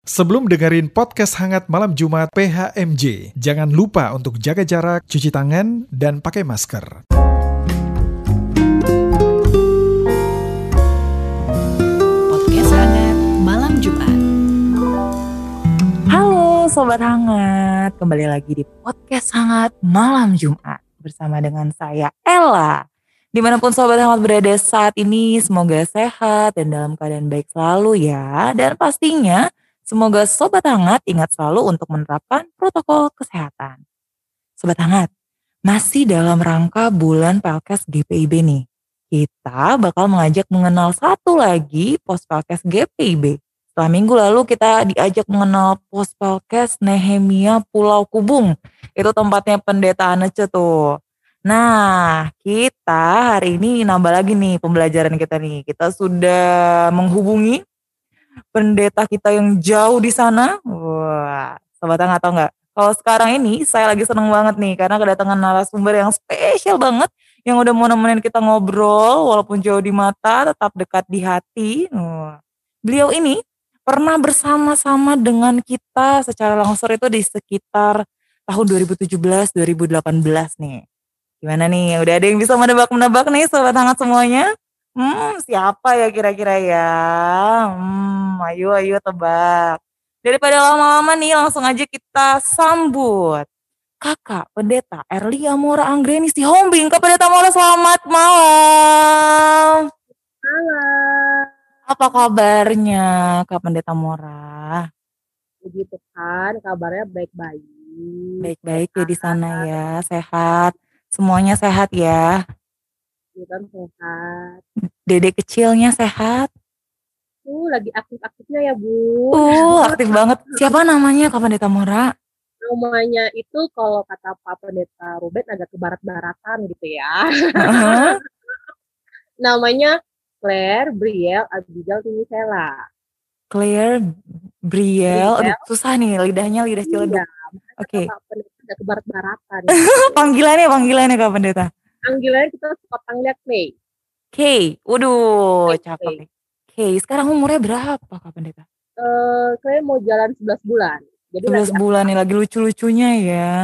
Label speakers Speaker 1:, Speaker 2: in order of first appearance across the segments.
Speaker 1: Sebelum dengerin podcast Hangat Malam Jumat PHMJ, jangan lupa untuk jaga jarak, cuci tangan, dan pakai masker.
Speaker 2: Podcast Hangat Malam Jumat.
Speaker 3: Halo Sobat Hangat, kembali lagi di Podcast Hangat Malam Jumat bersama dengan saya Ella. Dimanapun Sobat Hangat berada saat ini, semoga sehat dan dalam keadaan baik selalu ya. Dan pastinya semoga Sobat Hangat ingat selalu untuk menerapkan protokol kesehatan. Sobat Hangat, masih dalam rangka bulan Pelkes GPIB nih. Kita bakal mengajak mengenal satu lagi pos Pelkes GPIB. Setelah minggu lalu kita diajak mengenal pos Pelkes Nehemia Pulau Kubung. Itu tempatnya Pendeta Anece tuh. Nah, kita hari ini nambah lagi nih pembelajaran kita nih. Kita sudah menghubungi pendeta kita yang jauh di sana. Wah, Sobat Hangat tahu nggak? Kalau sekarang ini saya lagi seneng banget nih karena kedatangan narasumber yang spesial banget yang udah mau nemenin kita ngobrol walaupun jauh di mata tetap dekat di hati. Wah. Beliau ini pernah bersama-sama dengan kita secara langsung itu di sekitar tahun 2017-2018 nih. Gimana nih? Udah ada yang bisa menebak-menebak nih Sobat Hangat semuanya? Siapa ya kira-kira ya? Ayo tebak. Daripada lama-lama nih langsung aja kita sambut Kakak Pendeta Erlia Mora Anggreni si Hombing. Kak Pendeta Mora, selamat malam.
Speaker 4: Halo.
Speaker 3: Apa kabarnya Kak Pendeta Mora?
Speaker 4: Puji Tuhan, kabarnya baik-baik.
Speaker 3: Baik-baik ya di sana ya, sehat. Semuanya sehat ya.
Speaker 4: Tuhan sehat.
Speaker 3: Dedek kecilnya sehat.
Speaker 4: Lagi aktif-aktifnya ya Bu.
Speaker 3: Aktif banget. Siapa namanya Kak Pendeta Mora?
Speaker 4: Namanya itu kalau kata Pak Pendeta Ruben agak ke barat-baratan gitu ya. Namanya Claire Brielle Abigail Tinisela.
Speaker 3: Claire Brielle. Aduh, susah nih lidahnya, lidah Ciledug. Oke.
Speaker 4: Pak Pendeta agak ke barat-baratan.
Speaker 3: Panggilannya Kak Pendeta.
Speaker 4: Panggilannya kita suka panggilnya Clay.
Speaker 3: Kay. Waduh, cakep nih. Kay, sekarang umurnya berapa Kak Pendeta?
Speaker 4: Clay mau jalan 11 bulan. Jadi
Speaker 3: 11 bulan nih, lagi lucu-lucunya ya.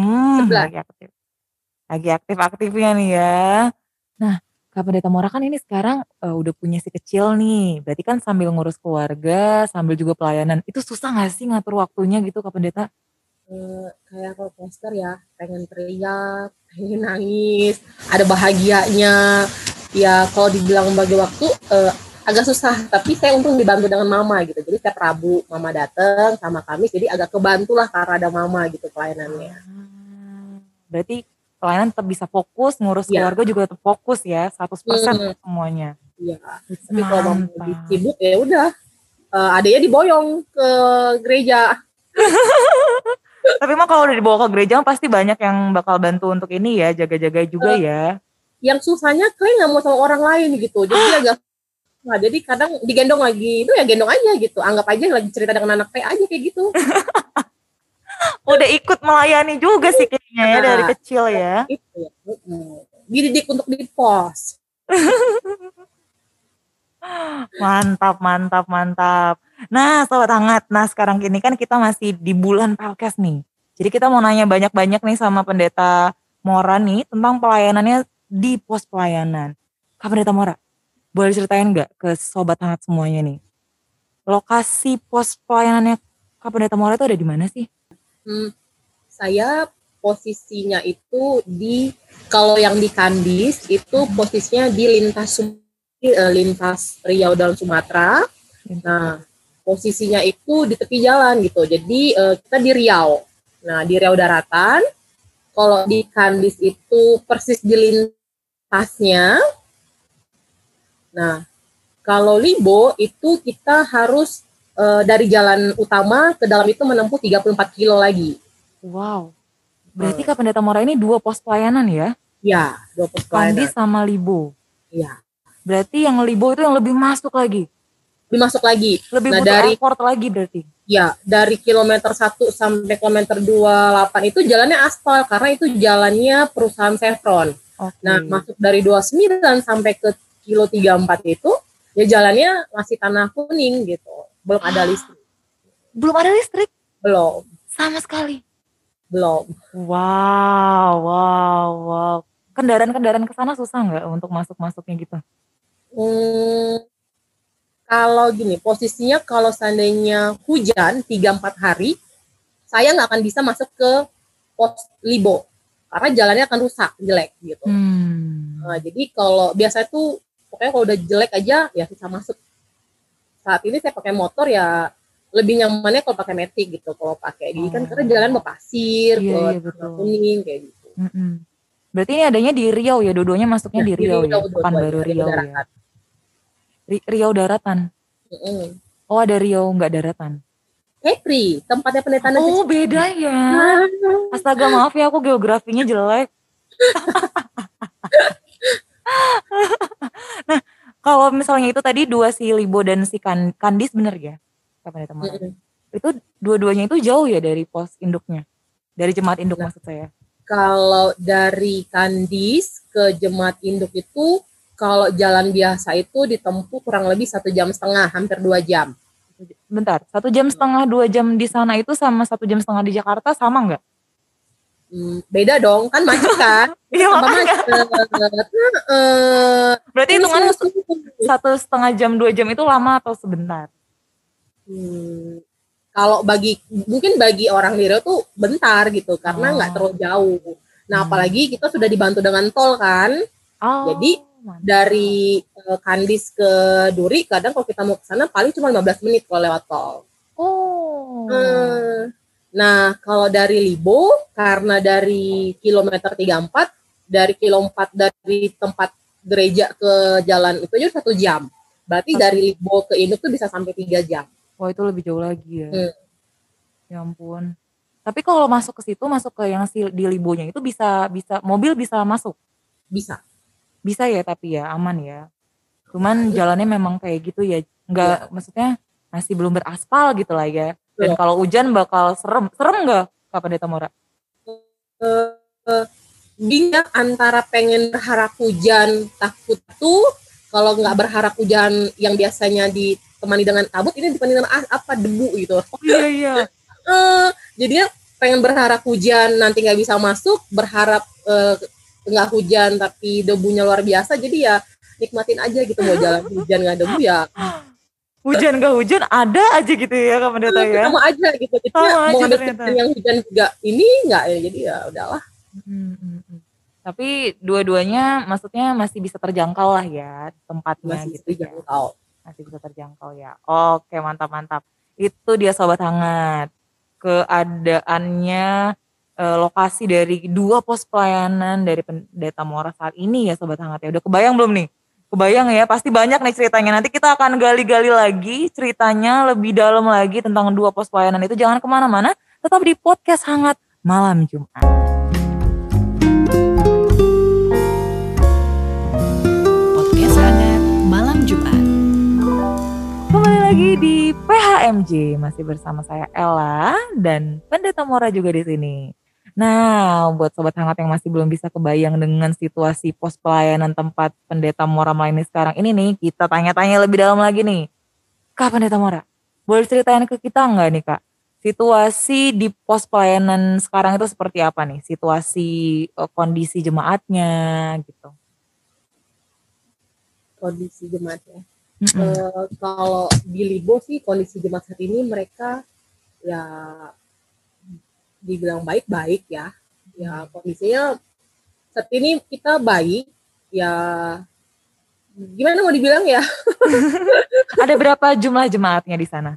Speaker 3: Lagi aktif-aktifnya nih ya. Nah, Kak Pendeta Mora kan ini sekarang udah punya si kecil nih. Berarti kan sambil ngurus keluarga, sambil juga pelayanan. Itu susah gak sih ngatur waktunya gitu Kak Pendeta?
Speaker 4: Kayak roller ya, pengen teriak, pengen nangis, ada bahagianya. Ya kalau dibilang bagi waktu agak susah, tapi saya untung dibantu dengan mama gitu. Jadi setiap Rabu mama datang sama kami, jadi agak kebantu lah karena ada mama gitu pelayanannya.
Speaker 3: Berarti pelayanan tetap bisa fokus, ngurus keluarga juga tetap fokus ya, 100% semuanya.
Speaker 4: Iya, tapi kalau mama lagi sibuk ya udah, adanya diboyong ke gereja.
Speaker 3: Tapi mah kalau udah dibawa ke gereja pasti banyak yang bakal bantu untuk ini ya, jaga-jaga juga ya.
Speaker 4: Yang susahnya Clay nggak mau sama orang lain gitu, jadi agak jadi kadang digendong lagi, itu ya gendong aja gitu, anggap aja lagi cerita dengan anak Clay aja kayak gitu.
Speaker 3: Udah ikut melayani juga sih kayaknya ya dari kecil ya.
Speaker 4: Itu ya. Dididik untuk di pos.
Speaker 3: Mantap. Nah Sobat Hangat, sekarang ini kan kita masih di bulan Pelkes nih. Jadi kita mau nanya banyak-banyak nih sama Pendeta Mora nih tentang pelayanannya di pos pelayanan. Kak Pendeta Mora, boleh ceritain gak ke Sobat Hangat semuanya nih? Lokasi pos pelayanannya Kak Pendeta Mora itu ada di mana sih?
Speaker 4: Saya posisinya itu kalau yang di Kandis itu posisinya di lintas Riau dan Sumatera. Nah, posisinya itu di tepi jalan gitu. Jadi kita di Riau. Nah, di Riau daratan. Kalau di Kandis itu persis di lintasnya. Nah, kalau Libo itu kita harus dari jalan utama ke dalam itu menempuh 34 kilo lagi.
Speaker 3: Wow. Berarti Kak Pendeta Mora ini 2 pos pelayanan ya?
Speaker 4: Iya, 2 pos pelayanan.
Speaker 3: Kandis sama Libo.
Speaker 4: Iya.
Speaker 3: Berarti yang Libo itu yang lebih masuk lagi? Lebih butuh effort lagi berarti?
Speaker 4: Ya, dari kilometer 1 sampai kilometer 28 itu jalannya aspal karena itu jalannya perusahaan Chevron. Okay. Nah, masuk dari 29 sampai ke kilo 34 itu ya jalannya masih tanah kuning gitu. Belum ada listrik.
Speaker 3: Belum ada listrik
Speaker 4: Belum,
Speaker 3: sama sekali.
Speaker 4: belum.
Speaker 3: Wow. Kendaraan-kendaraan ke sana susah nggak untuk masuk-masuknya gitu?
Speaker 4: Hmm, Kalau gini, posisinya kalau seandainya hujan 3-4 hari, saya nggak akan bisa masuk ke pos Libo. Karena jalannya akan rusak, jelek gitu. Jadi kalau biasa tuh, pokoknya kalau udah jelek aja, ya bisa masuk. Saat ini saya pakai motor ya, lebih nyamannya kalau pakai metik gitu. Kalau pakai gini kan, karena jalan berpasir,
Speaker 3: Iya,
Speaker 4: ke
Speaker 3: betul.
Speaker 4: kuning, kayak gitu.
Speaker 3: Berarti ini adanya di Riau ya, dua-duanya masuknya di Riau ya, Pekanbaru Riau ya. Riau daratan. Oh, ada Riau nggak daratan.
Speaker 4: Kepri, tempatnya penelitian.
Speaker 3: Oh, beda ya. Astaga, maaf ya, aku geografinya jelek. Nah, kalau misalnya itu tadi dua si Libo dan si Kandis bener ya? Itu dua-duanya itu jauh ya dari pos induknya? Dari jemaat induk maksud saya.
Speaker 4: Kalau dari Kandis ke jemaat induk itu, kalau jalan biasa itu ditempuh kurang lebih 1,5 jam, hampir 2 jam.
Speaker 3: Bentar, 1,5 jam 2 jam di sana itu sama 1,5 jam di Jakarta sama nggak?
Speaker 4: Beda dong, kan macet kan?
Speaker 3: Iya, makanya. Berarti hitungannya 1,5 jam 2 jam itu lama atau sebentar?
Speaker 4: Kalau mungkin bagi orang Riau tuh bentar gitu, karena nggak terlalu jauh. Nah, apalagi kita sudah dibantu dengan tol kan. Jadi dari Kandis ke Duri, kadang kalau kita mau ke sana paling cuma 15 menit kalau lewat tol. Nah, kalau dari Libo, karena dari kilometer 34, dari kilo 4 dari tempat gereja ke jalan itu aja 1 jam. Berarti dari Libo ke Induk tuh bisa sampai 3 jam.
Speaker 3: Wah, itu lebih jauh lagi ya. Ya ampun. Tapi kalau masuk ke situ, masuk ke yang di Libonya itu bisa mobil bisa masuk?
Speaker 4: Bisa.
Speaker 3: Bisa ya, tapi ya aman ya. Cuman jalannya memang kayak gitu ya. Enggak, maksudnya masih belum beraspal gitu lah ya. Dan kalau hujan bakal serem nggak Kak Pendeta Mora?
Speaker 4: Bingung antara pengen berharap hujan, takut tuh kalau nggak berharap hujan yang biasanya ditemani dengan kabut, ini ditemani dengan debu gitu.
Speaker 3: Oh iya.
Speaker 4: Jadinya pengen berharap hujan nanti nggak bisa masuk, berharap nggak hujan tapi debunya luar biasa, jadi ya nikmatin aja gitu, mau jalan hujan nggak debu ya.
Speaker 3: Hujan nggak hujan ada aja gitu ya Kak Pendeta ya.
Speaker 4: Sama aja gitu, jadinya mau ambil yang hujan juga ini nggak ya, jadi ya udahlah.
Speaker 3: Tapi dua-duanya maksudnya masih bisa terjangkau lah ya tempatnya
Speaker 4: masih
Speaker 3: gitu
Speaker 4: terjangkau.
Speaker 3: Ya. Masih bisa terjangkau ya. Oke, mantap. Itu dia Sobat Hangat. Keadaannya lokasi dari 2 pos pelayanan dari Pendeta Mora saat ini ya Sobat Hangat ya. Udah kebayang belum nih? Kebayang ya, pasti banyak nih ceritanya. Nanti kita akan gali-gali lagi ceritanya lebih dalam lagi tentang 2 pos pelayanan itu. Jangan kemana-mana, tetap di Podcast Hangat Malam Jumat.
Speaker 2: Podcast Hangat Malam Jumat.
Speaker 3: Kembali lagi di PHMJ, masih bersama saya Ella dan Pendeta Mora juga di sini. Nah, buat Sobat Hangat yang masih belum bisa kebayang dengan situasi pos pelayanan tempat Pendeta Mora melayani sekarang ini nih, kita tanya-tanya lebih dalam lagi nih. Kak Pendeta Mora, boleh ceritain ke kita nggak nih Kak? Situasi di pos pelayanan sekarang itu seperti apa nih? Situasi kondisi jemaatnya gitu.
Speaker 4: Kondisi jemaatnya. Kalau di Libo sih kondisi jemaat saat ini mereka ya dibilang baik-baik ya. Ya kondisinya saat ini kita baik ya, gimana mau dibilang ya.
Speaker 3: Ada berapa jumlah jemaatnya di sana?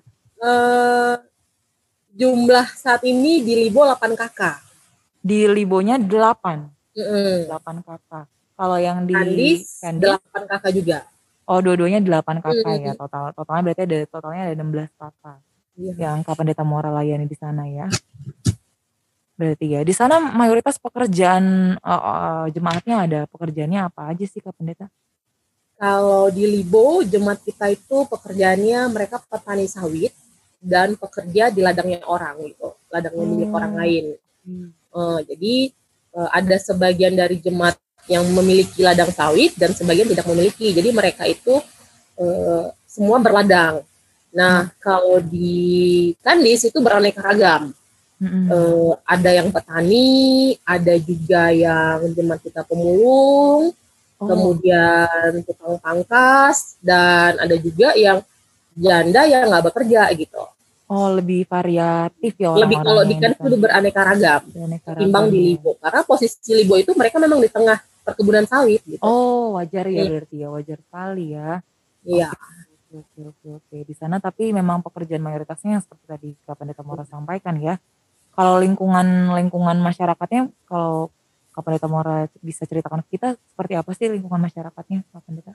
Speaker 4: Jumlah saat ini di Libo 8 kakak.
Speaker 3: Di Libonya 8? 8 kakak. Kalau yang di
Speaker 4: Kandis 8 kakak juga.
Speaker 3: Oh, dua-duanya 8 kakak ya totalnya berarti ada 16 kakak. Yang Kak Pendeta Mora layani di sana ya. Berarti ya di sana mayoritas pekerjaan jemaatnya ada pekerjaannya apa aja sih Kak Pendeta?
Speaker 4: Kalau di Libo jemaat kita itu pekerjaannya mereka petani sawit dan pekerja di ladangnya orang gitu, ladangnya milik orang lain. Jadi ada sebagian dari jemaat yang memiliki ladang sawit dan sebagian tidak memiliki. Jadi mereka itu semua berladang. Nah, kalau di Kandis itu beraneka ragam. Ada yang petani, ada juga yang jemaat kita pemulung, kemudian tukang pangkas, dan ada juga yang janda yang nggak bekerja gitu.
Speaker 3: Oh, lebih variatif ya
Speaker 4: Lebih kalau
Speaker 3: orang-orangnya
Speaker 4: di Kandis
Speaker 3: ini
Speaker 4: itu beraneka ragam ketimbang di Libo. Karena posisi Libo itu mereka memang di tengah perkebunan sawit gitu.
Speaker 3: Oh, wajar ya berarti ya, wajar sekali ya.
Speaker 4: Iya.
Speaker 3: Oke. Di sana tapi memang pekerjaan mayoritasnya yang seperti tadi Kak Pendeta Mora sampaikan ya. Kalau lingkungan masyarakatnya, kalau Kak Pendeta Mora bisa ceritakan ke kita seperti apa sih lingkungan masyarakatnya, Kak Pendeta?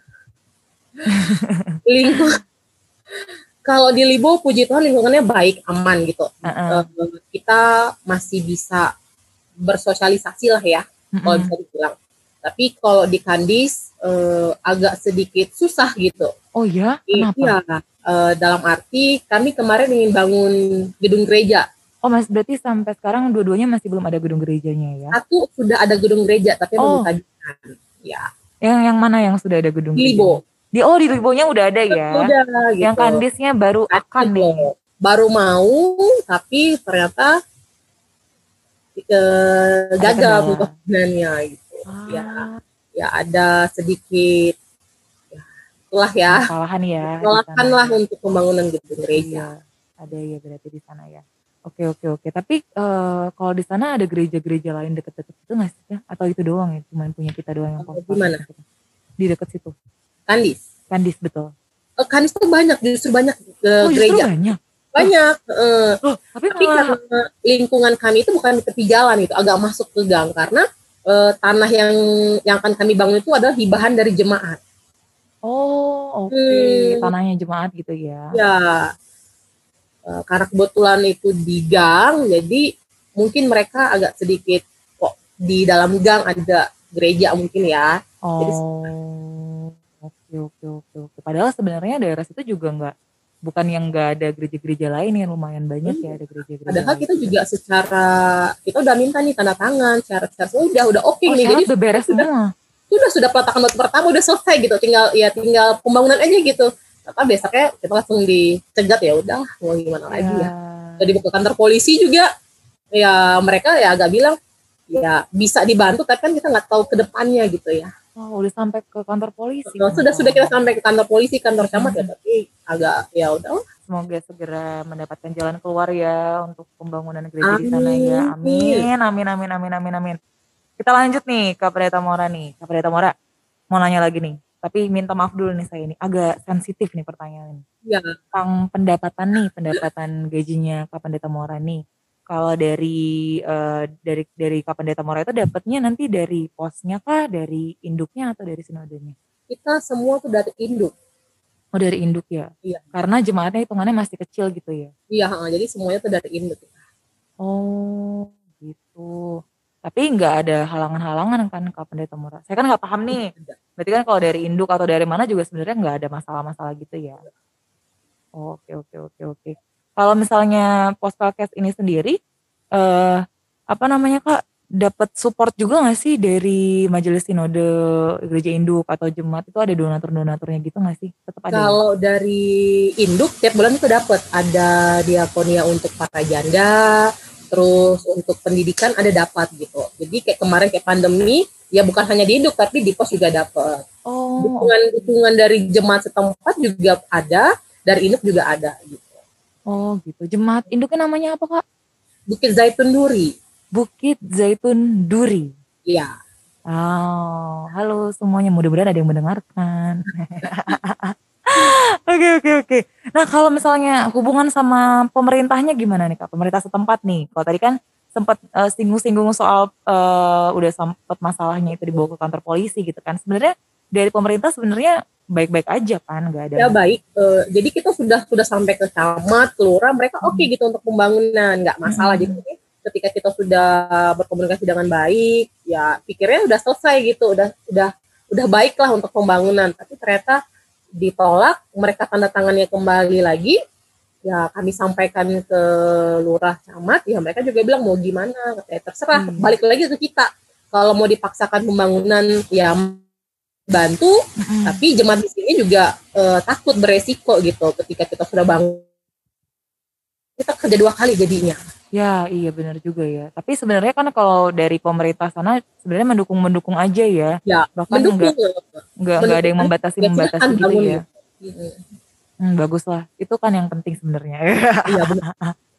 Speaker 4: Kalau di Libo, puji Tuhan lingkungannya baik, aman gitu. Kita masih bisa bersosialisasi lah ya, kalau bisa dibilang. Tapi kalau di Kandis agak sedikit susah gitu.
Speaker 3: Oh ya? Kenapa?
Speaker 4: Iya, dalam arti kami kemarin ingin bangun gedung gereja.
Speaker 3: Oh, Mas, berarti sampai sekarang dua-duanya masih belum ada gedung gerejanya ya?
Speaker 4: Satu sudah ada gedung gereja, tapi belum tagihan. Ya.
Speaker 3: Yang mana yang sudah ada gedung
Speaker 4: Di Libo.
Speaker 3: Di Libonya udah ada ya?
Speaker 4: Udah, gitu.
Speaker 3: Yang Kandisnya baru akan nih?
Speaker 4: Baru mau, tapi ternyata gagal pembangunannya gitu. Ya ada sedikit
Speaker 3: kesalahan
Speaker 4: lah untuk pembangunan gedung gereja.
Speaker 3: Ada ya berarti di sana ya. Oke. Tapi kalau di sana ada gereja-gereja lain deket-deket itu nggak sih ya? Atau itu doang ya? Cuman punya kita doang yang
Speaker 4: di mana?
Speaker 3: Di deket situ.
Speaker 4: Kandis
Speaker 3: betul.
Speaker 4: Kandis tuh justru banyak gereja. Banyak. Tapi karena lingkungan kami itu bukan di tepi jalan itu, agak masuk ke gang karena tanah yang akan kami bangun itu adalah hibahan dari jemaat.
Speaker 3: Oh, oke. Tanahnya jemaat gitu ya.
Speaker 4: Ya. Karena kebetulan itu di gang, jadi mungkin mereka agak sedikit kok di dalam gang ada gereja mungkin ya.
Speaker 3: Oke. Padahal sebenarnya daerah situ juga bukan yang nggak ada gereja-gereja lain yang lumayan banyak ya, ada gereja-gereja.
Speaker 4: Padahal kita juga kita udah minta nih tanda tangan, syarat-syarat udah oke nih. Jadi
Speaker 3: udah beres semua.
Speaker 4: Sudah peletakan batu pertama udah selesai gitu, tinggal pembangunan aja gitu. Tapi besoknya kita langsung dicegat, ya udah mau gimana lagi ya. Jadi ke kantor polisi juga, ya mereka ya agak bilang ya bisa dibantu, tapi kan kita nggak tahu ke depannya gitu ya.
Speaker 3: Oh, udah sampai ke kantor polisi.
Speaker 4: Sudah kita sampai ke kantor polisi, kantor camat ya, tapi agak ya udah.
Speaker 3: Semoga segera mendapatkan jalan keluar ya untuk pembangunan gereja di sana ya. Amin. Kita lanjut nih Kak Pendeta Mora nih. Kak Pendeta Mora mau nanya lagi nih. Tapi minta maaf dulu nih, saya ini agak sensitif nih pertanyaan.
Speaker 4: Ya.
Speaker 3: Tentang pendapatan gajinya Kak Pendeta Mora nih. Kalau dari Kak Pendeta Mora itu dapatnya nanti dari posnya kah, dari induknya atau dari sinodenya?
Speaker 4: Kita semua tuh dari induk.
Speaker 3: Oh, dari induk ya?
Speaker 4: Iya.
Speaker 3: Karena jemaatnya hitungannya masih kecil gitu ya?
Speaker 4: Iya, jadi semuanya tuh dari induk.
Speaker 3: Oh, gitu. Tapi nggak ada halangan-halangan kan Kak Pendeta Mora? Saya kan nggak paham nih. Berarti kan kalau dari induk atau dari mana juga sebenarnya nggak ada masalah-masalah gitu ya? Oke. Kalau misalnya Postalkes ini sendiri, Kak, dapat support juga nggak sih dari Majelis Sinode Gereja Induk atau jemaat itu ada donatur-donaturnya gitu nggak sih? Tetap ada.
Speaker 4: Kalau dari induk tiap bulan itu dapat, ada diakonia untuk para janda, terus untuk pendidikan ada dapat gitu. Jadi kayak kemarin kayak pandemi, ya bukan hanya di induk tapi di pos juga dapat. Dukungan dari jemaat setempat juga ada, dari induk juga ada gitu.
Speaker 3: Oh gitu. Jemaat induknya namanya apa Kak?
Speaker 4: Bukit Zaitun Duri.
Speaker 3: Bukit Zaitun Duri.
Speaker 4: Iya.
Speaker 3: Oh, halo semuanya, mudah-mudahan ada yang mendengarkan. Oke. Nah kalau misalnya hubungan sama pemerintahnya gimana nih Kak? Pemerintah setempat nih. Kalau tadi kan sempat singgung-singgung soal udah sempat masalahnya itu dibawa ke kantor polisi gitu kan. Sebenarnya dari pemerintah sebenarnya baik-baik aja kan, nggak ada.
Speaker 4: Ya baik. Jadi kita sudah sampai ke camat, kelurahan, mereka oke gitu untuk pembangunan, nggak masalah. Jadi ketika kita sudah berkomunikasi dengan baik, ya pikirnya udah selesai gitu, udah baik lah untuk pembangunan. Tapi ternyata ditolak, mereka tanda tangannya kembali lagi, ya kami sampaikan ke lurah camat, ya mereka juga bilang mau gimana, katanya terserah, balik lagi ke kita. Kalau mau dipaksakan pembangunan, ya bantu, tapi jemaat di sini juga takut beresiko gitu. Ketika kita sudah bangun, kita kerja 2 kali jadinya.
Speaker 3: Ya, iya benar juga ya. Tapi sebenarnya kan kalau dari pemerintah sana sebenarnya mendukung aja ya.
Speaker 4: Ya,
Speaker 3: Bahkan
Speaker 4: mendukung.
Speaker 3: nggak ada yang membatasi
Speaker 4: silahkan
Speaker 3: gitu
Speaker 4: bangun
Speaker 3: ya.
Speaker 4: gitu.
Speaker 3: Bagus lah. Itu kan yang penting sebenarnya.
Speaker 4: Iya benar.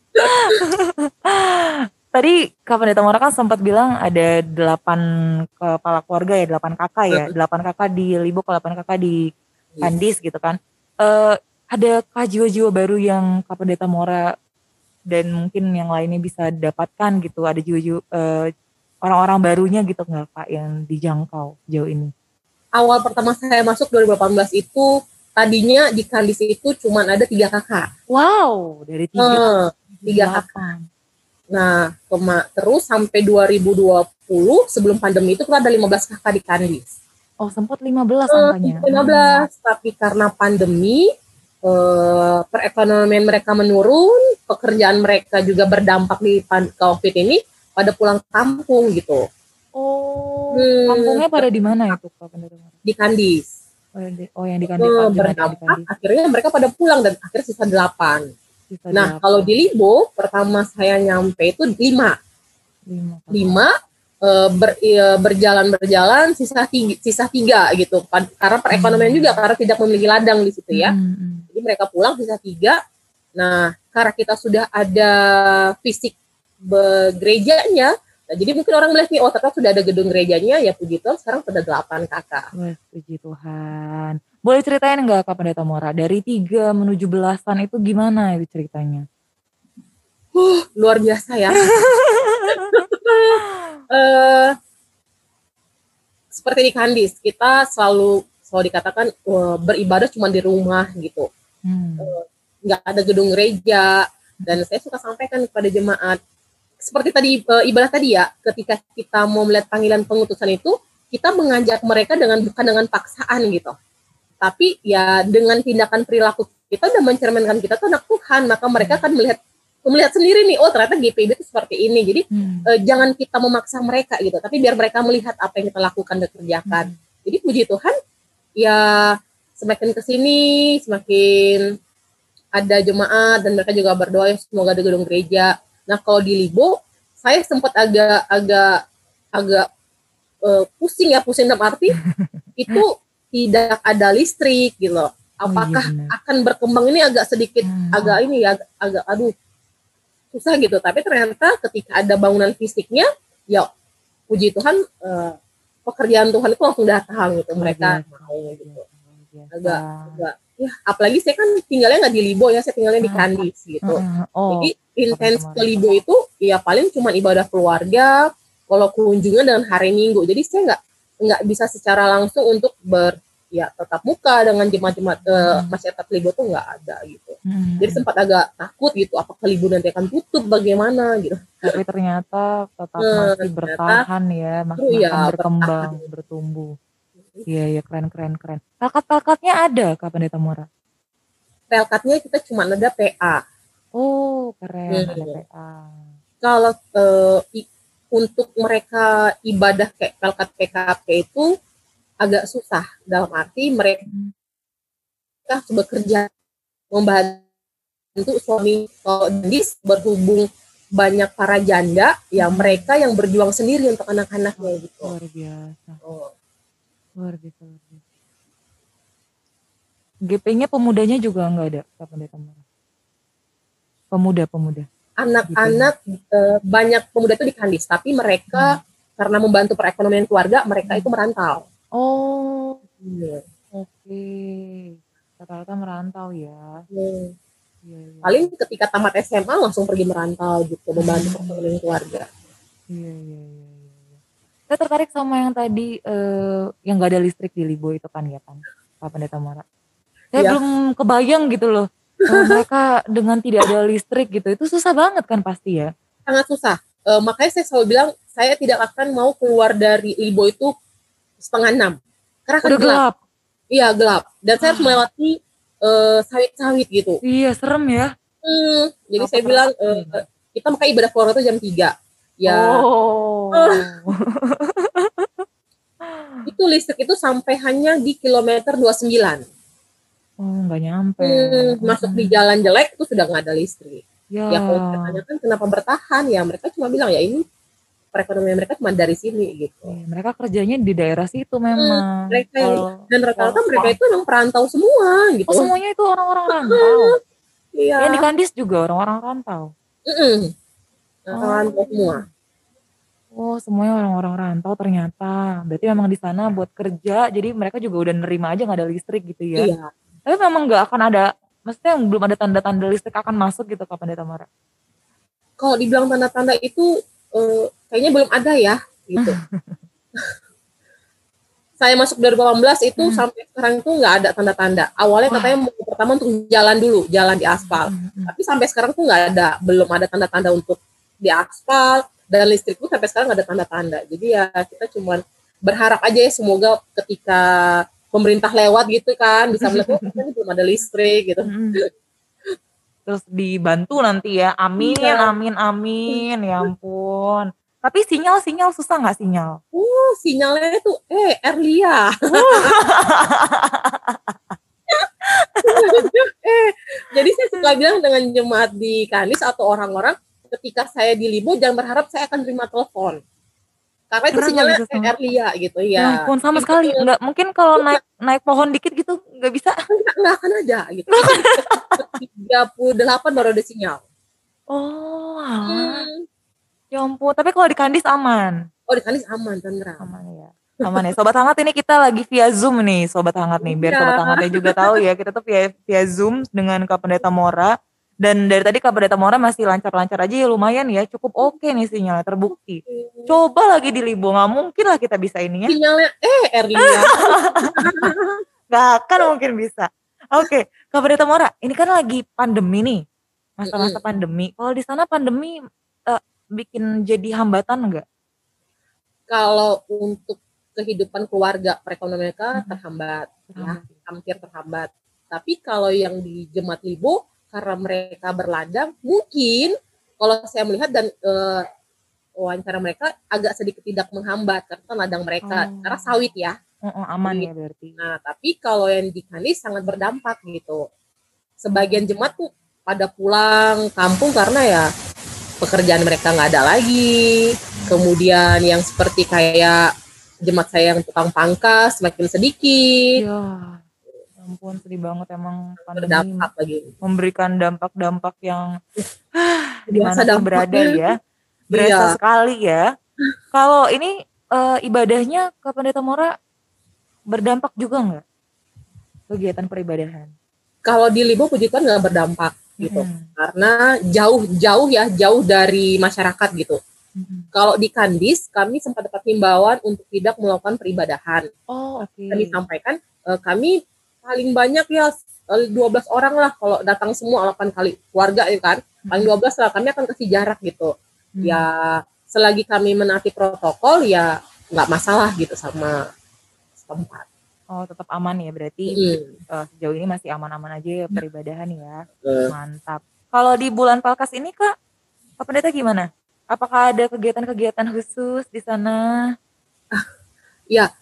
Speaker 3: Tadi Kak Pendeta Mora kan sempat bilang ada 8 kepala keluarga ya, 8 kakak ya. 8 kakak di Libo, 8 kakak di Kandis gitu kan. Adakah jiwa-jiwa baru yang Kak Pendeta Mora dan mungkin yang lainnya bisa dapatkan gitu? Ada jiwa-jiwa orang-orang barunya gitu nggak Kak yang dijangkau jauh ini?
Speaker 4: Awal pertama saya masuk 2018 itu tadinya di Kandis itu cuma ada 3 kakak.
Speaker 3: Wow, dari 3
Speaker 4: kakak. Nah, terus sampai 2020 sebelum pandemi itu kita ada 15 kakak di Kandis.
Speaker 3: Oh, sempat 15 angkanya.
Speaker 4: 15, tapi karena pandemi perekonomian mereka menurun, pekerjaan mereka juga berdampak di COVID ini, pada pulang kampung gitu.
Speaker 3: Oh, kampungnya pada di mana itu Kak Pendeta?
Speaker 4: Di Kandis.
Speaker 3: Oh, yang di Kandis.
Speaker 4: Berdampak, akhirnya mereka pada pulang dan akhirnya sisa 8. Nah, kalau di Libo, pertama saya nyampe itu 5. Berjalan, sisa 3 gitu. Karena perekonomian juga, karena tidak memiliki ladang di situ ya. Jadi mereka pulang, sisa 3. Nah, karena kita sudah ada fisik gerejanya, nah, jadi mungkin orang melihat nih, oh ternyata sudah ada gedung gerejanya, ya puji Tuhan sekarang sudah 8 kakak.
Speaker 3: Wah, puji Tuhan. Boleh ceritain nggak Kak Pendeta Mora, dari 3 menuju belasan itu gimana itu ceritanya?
Speaker 4: Luar biasa ya. Seperti di Kandis, kita selalu dikatakan beribadah cuma di rumah gitu. Nggak ada gedung gereja, dan saya suka sampaikan kepada jemaat, seperti tadi ibadah tadi ya, ketika kita mau melihat panggilan pengutusan itu, kita mengajak mereka bukan dengan paksaan gitu. Tapi ya dengan tindakan perilaku kita dan mencerminkan kita tuh anak Tuhan, maka mereka akan melihat sendiri nih, oh ternyata GPIB itu seperti ini. Jadi jangan kita memaksa mereka gitu, tapi biar mereka melihat apa yang kita lakukan dan kerjakan. Jadi puji Tuhan, ya semakin kesini semakin ada jemaat dan mereka juga berdoa semoga ada gedung gereja. Nah kalau di Libo, saya sempat agak pusing dalam arti itu tidak ada listrik gitu loh. Apakah akan berkembang, ini agak sedikit agak susah gitu. Tapi ternyata ketika ada bangunan fisiknya, ya puji Tuhan pekerjaan Tuhan itu langsung datang gitu. Mereka mau gitu. Agak ya, apalagi saya kan tinggalnya nggak di Libo ya, saya tinggalnya di Kandis gitu. Jadi intens ke Libo itu ya paling cuma ibadah keluarga, kalau kunjungan dengan hari Minggu. Jadi saya nggak bisa secara langsung untuk tatap muka dengan jemaat-jemaat masyarakat Libo tuh nggak ada gitu. Jadi sempat agak takut gitu, apakah Libo nanti akan tutup bagaimana gitu.
Speaker 3: Tapi ternyata tetap masih bertahan ya, masih berkembang, bertumbuh. Iya, keren. Pelkat-pelkatnya ada Kak Pendeta Mora?
Speaker 4: Pelkatnya kita cuma ada PA.
Speaker 3: Oh, keren, ada PA.
Speaker 4: Kalau untuk mereka ibadah kayak pelkat PKP itu agak susah, dalam arti mereka bekerja membantu suami. Kalau berhubung banyak para janda, ya mereka yang berjuang sendiri untuk anak-anaknya gitu.
Speaker 3: Luar biasa. Luar biasa. GP-nya pemudanya juga nggak ada Kak Pendeta Mora? Pemuda.
Speaker 4: Anak-anak banyak pemuda itu di Kandis, tapi mereka karena membantu perekonomian keluarga, mereka itu merantau.
Speaker 3: Oh, oke. Rata-rata merantau ya. Iya.
Speaker 4: Paling ketika tamat SMA langsung pergi merantau gitu, membantu perekonomian keluarga.
Speaker 3: Iya. Saya tertarik sama yang tadi yang nggak ada listrik di Libo itu kan ya kan, Pak Pendeta Mora. Saya belum kebayang gitu loh. Mereka dengan tidak ada listrik gitu, itu susah banget kan pasti ya?
Speaker 4: Sangat susah. Makanya saya selalu bilang, saya tidak akan mau keluar dari Libo itu 5:30. Karena kan gelap. Iya, gelap. Dan saya harus melewati sawit-sawit gitu.
Speaker 3: Iya, serem ya.
Speaker 4: Jadi saya bilang, kita makanya ibadah keluarga itu jam 3. Ya. Itu listrik itu sampai hanya di kilometer 29.
Speaker 3: Oh, nggak nyampe.
Speaker 4: Masuk di jalan jelek itu sudah nggak ada listrik.
Speaker 3: Ya.
Speaker 4: Ya kalau saya tanyakan kenapa bertahan, ya mereka cuma bilang ya ini perekonomian mereka cuma dari sini gitu.
Speaker 3: Mereka kerjanya di daerah situ memang.
Speaker 4: Dan rata-rata mereka itu orang perantau semua gitu.
Speaker 3: Oh, semuanya itu orang-orang rantau.
Speaker 4: Iya.
Speaker 3: Yang di Kandis juga orang-orang rantau.
Speaker 4: Rantau semua.
Speaker 3: Oh, semuanya orang-orang rantau ternyata. Berarti memang di sana buat kerja, jadi mereka juga udah nerima aja nggak ada listrik gitu ya.
Speaker 4: Iya.
Speaker 3: Tapi memang nggak akan ada, maksudnya belum ada tanda-tanda listrik akan masuk gitu ke Pendeta Mora.
Speaker 4: Kalau dibilang tanda-tanda itu kayaknya belum ada ya gitu. Saya masuk 2018 itu sampai sekarang itu nggak ada tanda-tanda. Awalnya katanya pertama untuk jalan dulu, jalan di aspal. Tapi sampai sekarang tuh belum ada tanda-tanda untuk di aspal, dan listrik pun sampai sekarang nggak ada tanda-tanda. Jadi ya kita cuma berharap aja ya semoga ketika pemerintah lewat gitu kan bisa melihat ini belum ada listrik gitu.
Speaker 3: Terus dibantu nanti ya, amin, amin, amin, ya ampun. Tapi sinyal susah nggak sinyal?
Speaker 4: Sinyalnya tuh Erlia. Jadi saya suka bilang dengan jemaat di Kandis atau orang-orang, ketika saya di Libo jangan berharap saya akan terima telepon. Karena itu sinyalnya Erlia gitu ya.
Speaker 3: Ya ampun, sama sekali. Nggak, mungkin kalau naik pohon dikit gitu nggak bisa.
Speaker 4: Nggak akan ada gitu. 38 baru ada sinyal.
Speaker 3: Oh, ya ampun. Tapi kalau di Kandis aman.
Speaker 4: Oh, di Kandis aman, Chandra.
Speaker 3: Aman ya. Aman ya. Sobat Hangat ini kita lagi via Zoom nih, Sobat Hangat nih. Biar Sobat Hangatnya juga tahu ya, kita tuh via Zoom dengan Kak Pendeta Mora. Dan dari tadi Kak Pendeta Mora masih lancar-lancar aja ya, lumayan ya, cukup oke nih sinyalnya, terbukti. Coba lagi di Libo, nggak mungkin lah kita bisa ini ya.
Speaker 4: Sinyalnya Erlia.
Speaker 3: Nggak akan mungkin bisa. Oke, Kak Pendeta Mora, ini kan lagi pandemi nih, masa-masa pandemi. Kalau di sana pandemi bikin jadi hambatan nggak?
Speaker 4: Kalau untuk kehidupan keluarga, perekonomian mereka terhambat, ya, hampir terhambat. Tapi kalau yang di Jemaat Libo, karena mereka berladang, mungkin kalau saya melihat dan wawancara mereka agak sedikit tidak menghambat karena ladang mereka, karena sawit ya.
Speaker 3: Aman ya berarti.
Speaker 4: Nah, tapi kalau yang di Kandis sangat berdampak gitu. Sebagian jemaat tuh pada pulang kampung karena ya pekerjaan mereka nggak ada lagi. Kemudian yang seperti kayak jemaat saya yang tukang pangkas semakin sedikit.
Speaker 3: Ya ampun, sedih banget emang pandemi
Speaker 4: berdampak lagi.
Speaker 3: Memberikan dampak-dampak yang di mana berada ya. Berasa sekali ya. Kalau ini ibadahnya ke Pendeta Mora berdampak juga nggak? Kegiatan peribadahan?
Speaker 4: Kalau di Libo puji Tuhan nggak berdampak gitu. Karena jauh dari masyarakat gitu. Kalau di Kandis kami sempat dapat himbauan untuk tidak melakukan peribadahan. Kami sampaikan kami paling banyak ya 12 orang lah kalau datang semua 8 kali keluarga ya kan. Paling 12 lah, kami akan kasih jarak gitu. Ya selagi kami menaati protokol ya nggak masalah gitu sama setempat.
Speaker 3: Oh, tetap aman ya berarti. Sejauh ini masih aman-aman aja ya peribadahan ya. Mantap. Kalau di bulan Palkas ini Kak Pendeta gimana? Apakah ada kegiatan-kegiatan khusus di sana?
Speaker 4: Ya,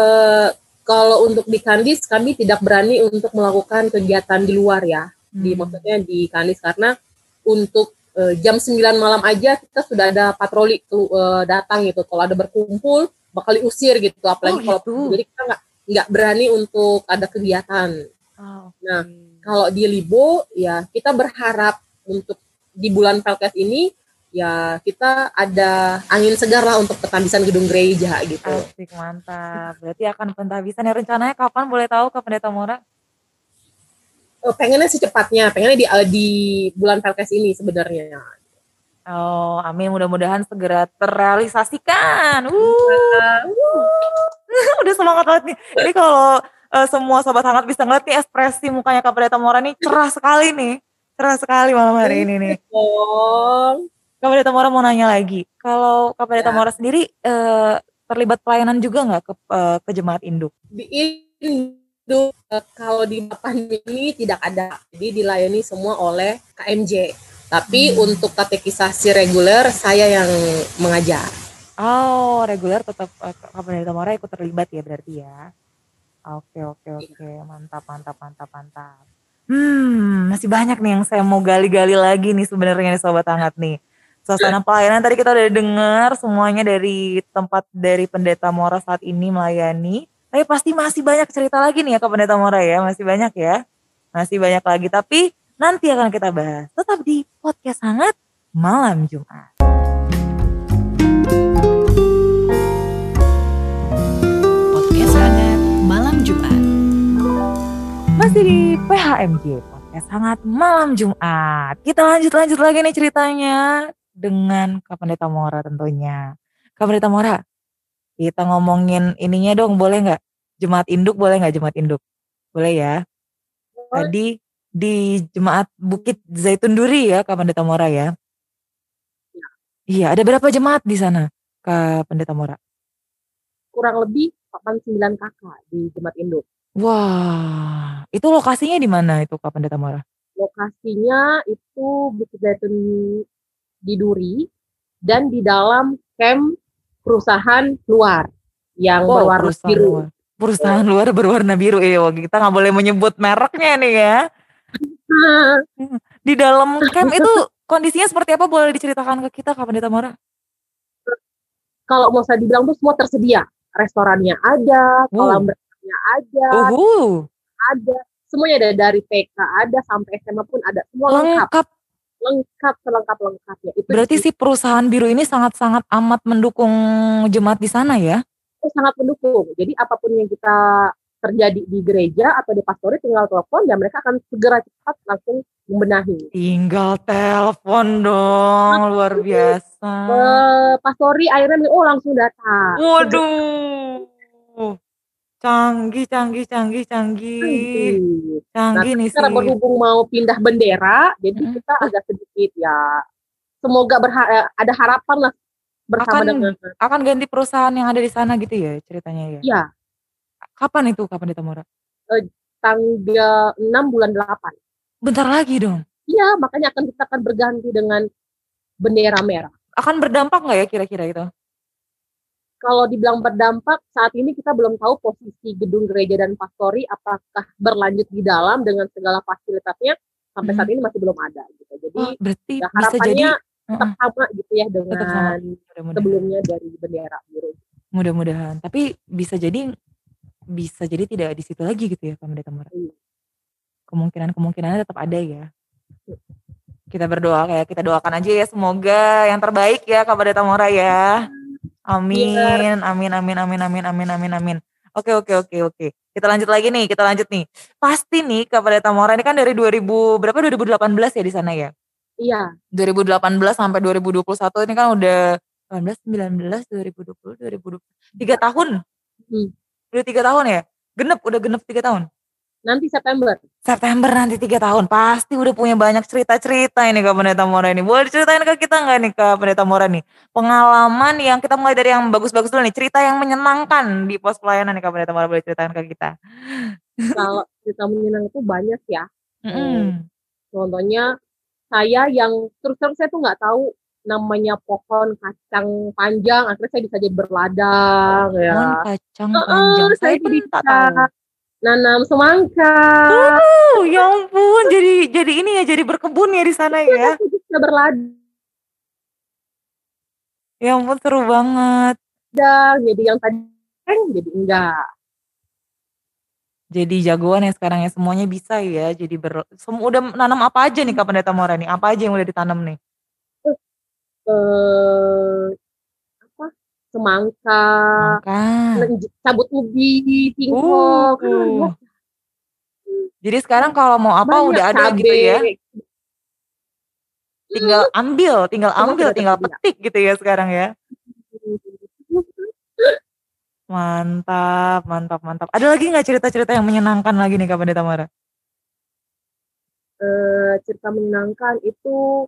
Speaker 4: kalau untuk di Kandis kami tidak berani untuk melakukan kegiatan di luar ya. Maksudnya di Kandis karena untuk jam 9 malam aja kita sudah ada patroli datang gitu. Kalau ada berkumpul bakal diusir gitu. Apalagi kalau jadi kita nggak berani untuk ada kegiatan. Nah, kalau di Libo ya kita berharap untuk di bulan Pelkes ini ya kita ada angin segar lah untuk pentabisan gedung gereja gitu.
Speaker 3: Asik, mantap. Berarti akan pentabisan ya, rencananya kapan boleh tahu Kak Pendeta Mora?
Speaker 4: Pengennya secepatnya, pengennya di bulan Pelkes ini sebenarnya.
Speaker 3: Oh, amin, mudah-mudahan segera terrealisasikan. Udah semangat banget nih. Ini kalau semua Sobat Hangat bisa ngeliat nih ekspresi mukanya Kak Pendeta Mora nih cerah sekali nih. Cerah sekali malam hari ini nih. Kak Pendeta Mora mau nanya lagi, kalau Kak Pendeta Mora sendiri terlibat pelayanan juga nggak ke jemaat induk?
Speaker 4: Di induk kalau di pandemi ini tidak ada, jadi dilayani semua oleh KMJ. Tapi untuk katekisasi reguler saya yang mengajar.
Speaker 3: Oh, reguler tetap Kapten Tamora ikut terlibat ya berarti ya. Oke. Mantap. Masih banyak nih yang saya mau gali-gali lagi nih sebenarnya nih Sobat Hangat nih. Suasana pelayanan tadi kita udah dengar semuanya dari tempat dari Pendeta Mora saat ini melayani. Tapi pasti masih banyak cerita lagi nih ya ke Pendeta Mora ya. Masih banyak ya. Masih banyak lagi. Tapi nanti akan kita bahas. Tetap di Podcast Hangat Malam Jumat.
Speaker 2: Podcast Hangat Malam Jumat.
Speaker 3: Masih di PHMJ, Podcast Hangat Malam Jumat. Kita lanjut lagi nih ceritanya dengan Kak Pendeta Mora tentunya. Kak Pendeta Mora, kita ngomongin ininya dong, boleh nggak? Jemaat Induk boleh nggak Jemaat Induk? Boleh ya. Tadi di Jemaat Bukit Zaitun Duri ya Kak Pendeta Mora ya? Iya, ada berapa jemaat di sana Kak Pendeta Mora?
Speaker 4: Kurang lebih 89 kakak di Jemaat Induk.
Speaker 3: Wah, itu lokasinya di mana itu Kak Pendeta Mora?
Speaker 4: Lokasinya itu Bukit Zaitun di Duri dan di dalam camp perusahaan luar yang berwarna biru.
Speaker 3: Perusahaan luar berwarna biru. Kita nggak boleh menyebut mereknya nih ya. Di dalam camp itu kondisinya seperti apa? Boleh diceritakan ke kita Kak Pendeta Mora?
Speaker 4: Kalau mau saya dibilang tuh semua tersedia. Restorannya ada, kolam berenangnya ada, ada. Semuanya ada dari TK ada sampai SMA pun ada. Semua lengkap selengkap-lengkapnya. Itu
Speaker 3: berarti si perusahaan biru ini sangat-sangat amat mendukung jemaat di sana ya?
Speaker 4: Sangat mendukung. Jadi apapun yang kita terjadi di gereja atau di pastori tinggal telepon dan mereka akan segera cepat langsung membenahi.
Speaker 3: Tinggal telepon dong, luar biasa.
Speaker 4: Pastori akhirnya langsung datang.
Speaker 3: Waduh. Canggih nih
Speaker 4: karena berhubung mau pindah bendera, jadi kita agak sedikit ya. Semoga ada harapan lah bersama dengan
Speaker 3: akan ganti perusahaan yang ada di sana gitu ya ceritanya ya.
Speaker 4: Iya.
Speaker 3: Kapan itu Kak Pendeta Mora?
Speaker 4: Tanggal 6 bulan 8.
Speaker 3: Bentar lagi dong.
Speaker 4: Iya, makanya kita akan berganti dengan bendera merah.
Speaker 3: Akan berdampak nggak ya kira-kira itu?
Speaker 4: Kalau dibilang berdampak, saat ini kita belum tahu posisi gedung gereja dan pastori apakah berlanjut di dalam dengan segala fasilitasnya. Sampai saat ini masih belum ada gitu. Jadi
Speaker 3: berarti
Speaker 4: ya,
Speaker 3: harapannya
Speaker 4: tetap sama gitu ya dengan sebelumnya dari bendera biru.
Speaker 3: Mudah-mudahan. Tapi bisa jadi tidak di situ lagi gitu ya Kak Pendeta Mora. Kemungkinannya tetap ada ya. Kita berdoa kita doakan aja ya semoga yang terbaik ya Kak Pendeta Mora ya. Amin. Oke. Kita lanjut nih. Pasti nih Kak Pendeta Mora ini kan dari 2018 ya di sana ya?
Speaker 4: Iya.
Speaker 3: 2018 sampai 2021 ini kan udah 18, 19, 2020, 3 tahun. Udah 3 tahun ya? Udah genep 3 tahun?
Speaker 4: Nanti September
Speaker 3: nanti 3 tahun. Pasti udah punya banyak cerita-cerita ini Kak Pendeta Mora ini. Boleh diceritain ke kita nggak nih Kak Pendeta Mora nih? Pengalaman yang kita mulai dari yang bagus-bagus dulu nih. Cerita yang menyenangkan di pos pelayanan nih Kak Pendeta Mora. Boleh ceritain ke kita.
Speaker 4: Kalau cerita menyenangkan itu banyak ya. Contohnya saya yang terus saya tuh nggak tahu namanya pohon kacang panjang, akhirnya saya bisa jadi berladang ya.
Speaker 3: Pohon kacang panjang, saya pun tak tahu.
Speaker 4: Nanam semangka.
Speaker 3: Ya ampun, jadi ini ya, jadi berkebun ya di sana ya.
Speaker 4: Bisa berladang.
Speaker 3: Ya ampun, seru banget.
Speaker 4: Jadi yang tadi jadi enggak.
Speaker 3: Jadi jagoan ya sekarang ya, semuanya bisa ya. Jadi udah nanam apa aja nih Kak Pendeta Mora nih? Apa aja yang udah ditanam nih?
Speaker 4: Semangka, cabut ubi, singkong.
Speaker 3: Jadi sekarang kalau mau apa banyak, udah ada cabai gitu ya. Tinggal ambil, tinggal petik gitu ya sekarang ya. Mantap. Ada lagi nggak cerita-cerita yang menyenangkan lagi nih Kak Pendeta Mora?
Speaker 4: Cerita menyenangkan itu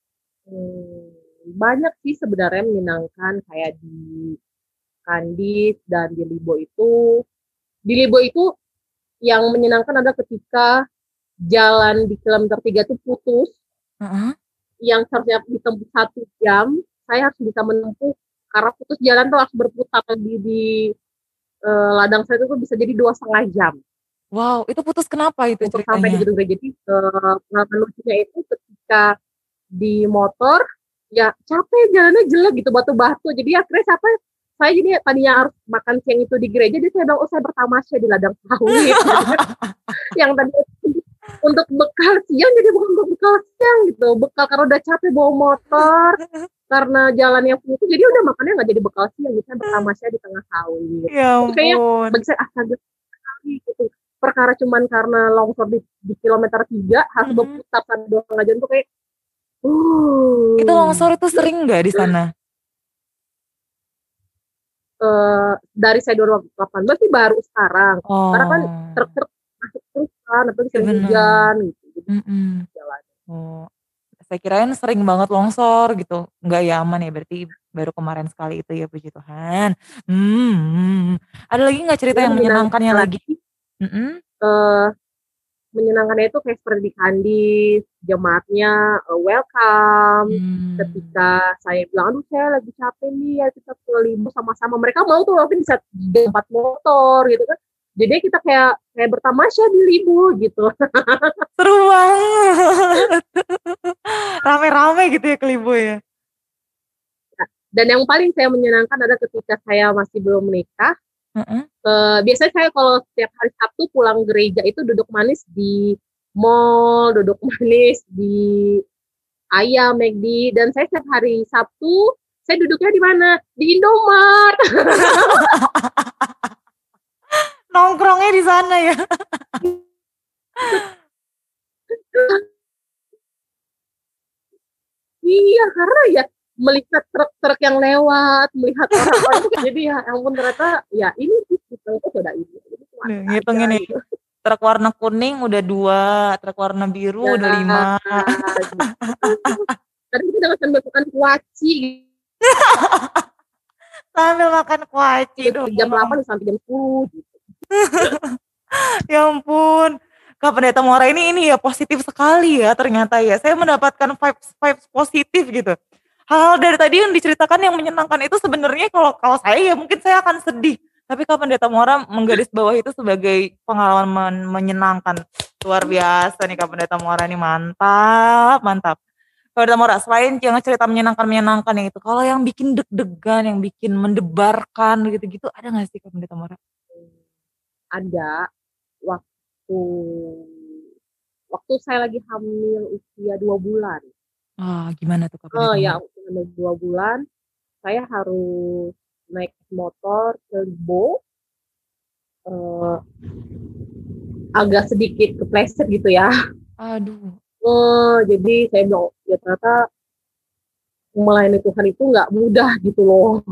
Speaker 4: banyak sih sebenarnya menyenangkan, kayak di Kandis dan di Libo itu. Di Libo itu yang menyenangkan adalah ketika jalan di kilometer 3 itu putus. Yang seharusnya ditempuh 1 jam, saya harus bisa menempuh karena putus jalan tuh harus berputar di ladang saya itu tuh bisa jadi 2,5 jam
Speaker 3: Wow, itu putus kenapa itu
Speaker 4: untuk sampai di
Speaker 3: ceritanya?
Speaker 4: gedung gereja. Jadi pengalaman lucunya itu ketika di motor ya capek, jalannya jelek gitu, batu-batu. Jadi akhirnya saya jadi tadinya harus makan siang itu di gereja, jadi saya bilang, saya bertamasya di ladang sawit. Yang tadi untuk bekal siang jadi bukan untuk bekal siang gitu, bekal karena udah capek bawa motor, karena jalannya putus, jadi udah makannya nggak jadi bekal siang, jadi saya bertamasya di tengah sawit.
Speaker 3: Ya
Speaker 4: Itu kayaknya
Speaker 3: ampun.
Speaker 4: bagi saya astaga sekali gitu. Perkara cuman karena longsor di kilometer 3 harus berputar sampai 2,5 jam tuh kayak
Speaker 3: Itu longsor itu sering nggak di sana?
Speaker 4: dari saya 2018 sih baru sekarang. Karena kan
Speaker 3: Oh,
Speaker 4: truk-truk masuk terus kan, apalagi
Speaker 3: iya
Speaker 4: sering
Speaker 3: benar.
Speaker 4: hujan gitu. Jadi
Speaker 3: Mm-mm.
Speaker 4: jalan.
Speaker 3: Oh, saya kirain sering banget longsor gitu. Nggak ya aman ya berarti baru kemarin sekali itu ya puji Tuhan. Hmm. Ada lagi nggak cerita
Speaker 4: Yang
Speaker 3: yang menyenangkannya
Speaker 4: menyenangkan
Speaker 3: lagi?
Speaker 4: lagi,
Speaker 3: Mm-mm.
Speaker 4: menyenangkannya itu kayak seperti di Kandis, jemaatnya welcome.
Speaker 3: Hmm.
Speaker 4: Ketika saya bilang, aduh saya lagi capek nih, ya kita ke Libu sama-sama. Mereka mau tuh waktu bisa 4 motor gitu kan. Jadi kita kayak bertamasya di Libu gitu.
Speaker 3: Seru banget. Rame-rame gitu ya ke Libo ya.
Speaker 4: Dan yang paling saya menyenangkan adalah ketika saya masih belum menikah.
Speaker 3: Mm-mm.
Speaker 4: Biasanya saya kalau setiap hari Sabtu pulang gereja itu duduk manis di mall, duduk manis di Ayam, McD, dan saya setiap hari Sabtu saya duduknya di mana? Di Indomart.
Speaker 3: Nongkrongnya di sana ya.
Speaker 4: Iya, karena ya melihat truk-truk yang lewat, melihat orang-orang itu jadi ya ampun ternyata ya ini sih kita itu sudah ini. Jadi
Speaker 3: Nih,
Speaker 4: aja
Speaker 3: ngitungin nih.
Speaker 4: gitu.
Speaker 3: Truk warna kuning udah 2, truk warna biru udah 5.
Speaker 4: Gitu. Tadi kita dengan sambil makan kuaci
Speaker 3: Sambil makan kuaci
Speaker 4: gitu,
Speaker 3: dong.
Speaker 4: jam 8 sampai jam 10 gitu.
Speaker 3: Ya ampun. Kak Pendeta Muara ini ya positif sekali ya ternyata ya. Saya mendapatkan vibes positif gitu. Hal-hal dari tadi yang diceritakan yang menyenangkan itu sebenarnya kalau saya ya mungkin saya akan sedih. Tapi Kak Pendeta Muara menggaris bawah itu sebagai pengalaman menyenangkan. Luar biasa nih Kak Pendeta Muara ini, mantap, mantap. Kak Pendeta Muara, selain yang cerita menyenangkan yang itu, kalau yang bikin deg-degan, yang bikin mendebarkan gitu-gitu, ada nggak sih Kak Pendeta Muara?
Speaker 4: Ada waktu saya lagi hamil usia 2 bulan.
Speaker 3: Gimana tuh Kak Pendeta Muara?
Speaker 4: Ya usia hamil 2 bulan, saya harus naik motor ke Libo, agak sedikit kepleset gitu ya.
Speaker 3: Aduh.
Speaker 4: Jadi saya bilang, ya ternyata melayani Tuhan itu nggak mudah gitu loh.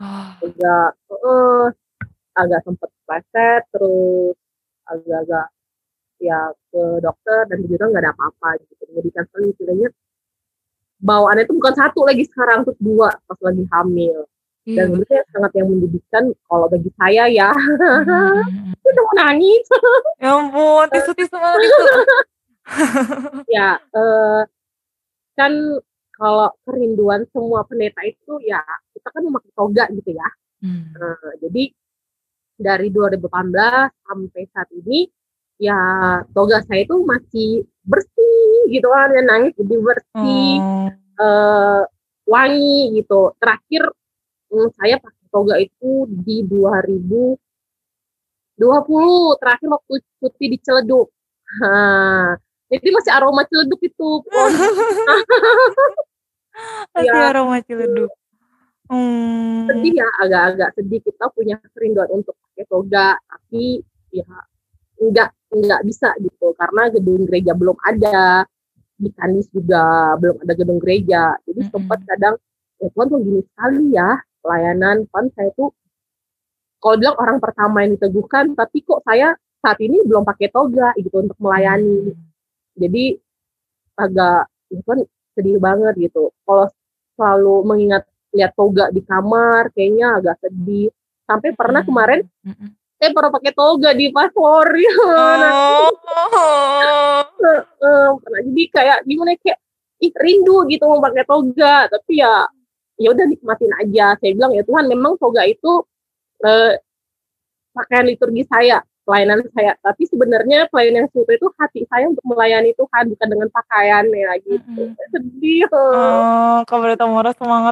Speaker 4: Agak sempat kepleset, terus agak-agak ya ke dokter dan juga nggak ada apa-apa gitu. Menyedihkan sekali istilahnya. Bawaannya itu bukan 1 lagi sekarang, terus 2 pas lagi hamil.
Speaker 3: Iya,
Speaker 4: Dan itu sangat yang menyedihkan kalau bagi saya ya. Udah mau nangis.
Speaker 3: Ya ampun, tisu-tisu mana tisu.
Speaker 4: Ya, kan kalau kerinduan semua pendeta itu ya kita kan memakai toga gitu ya. Jadi dari 2018 sampai saat ini ya toga saya itu masih bersih gitu kan, ya nangis jadi bersih, wangi gitu. Terakhir saya pakai toga itu di 2020, terakhir waktu cuti di Ciledug. Jadi masih aroma Ciledug itu.
Speaker 3: Masih
Speaker 4: Ya,
Speaker 3: aroma Ciledug.
Speaker 4: sedih ya, agak-agak sedih kita punya kerinduan untuk pakai toga, tapi ya nggak bisa gitu karena gedung gereja belum ada, di Kandis juga belum ada gedung gereja. Jadi sempat kadang ya Tuhan tuh gini sekali ya pelayanan, kan saya tuh kalau bilang orang pertama yang diteguhkan, tapi kok saya saat ini belum pakai toga gitu untuk melayani. Jadi agak itu kan sedih banget gitu. Kalau selalu mengingat lihat toga di kamar, kayaknya agak sedih. Sampai pernah kemarin saya pernah pakai toga di paspor. Jadi kayak gimana kayak rindu gitu mau pakai toga, tapi ya ya udah nikmatin aja. Saya bilang ya Tuhan, memang toga itu pakaian liturgi saya, pelayanan saya. Tapi sebenarnya pelayanan yang seutuh itu hati saya untuk melayani Tuhan, bukan dengan pakaiannya gitu. Sedih.
Speaker 3: Kak Pendeta Mora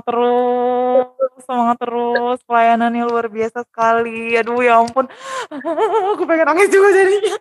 Speaker 3: semangat terus, pelayanannya luar biasa sekali. Aduh ya ampun, aku pengen nangis juga jadinya.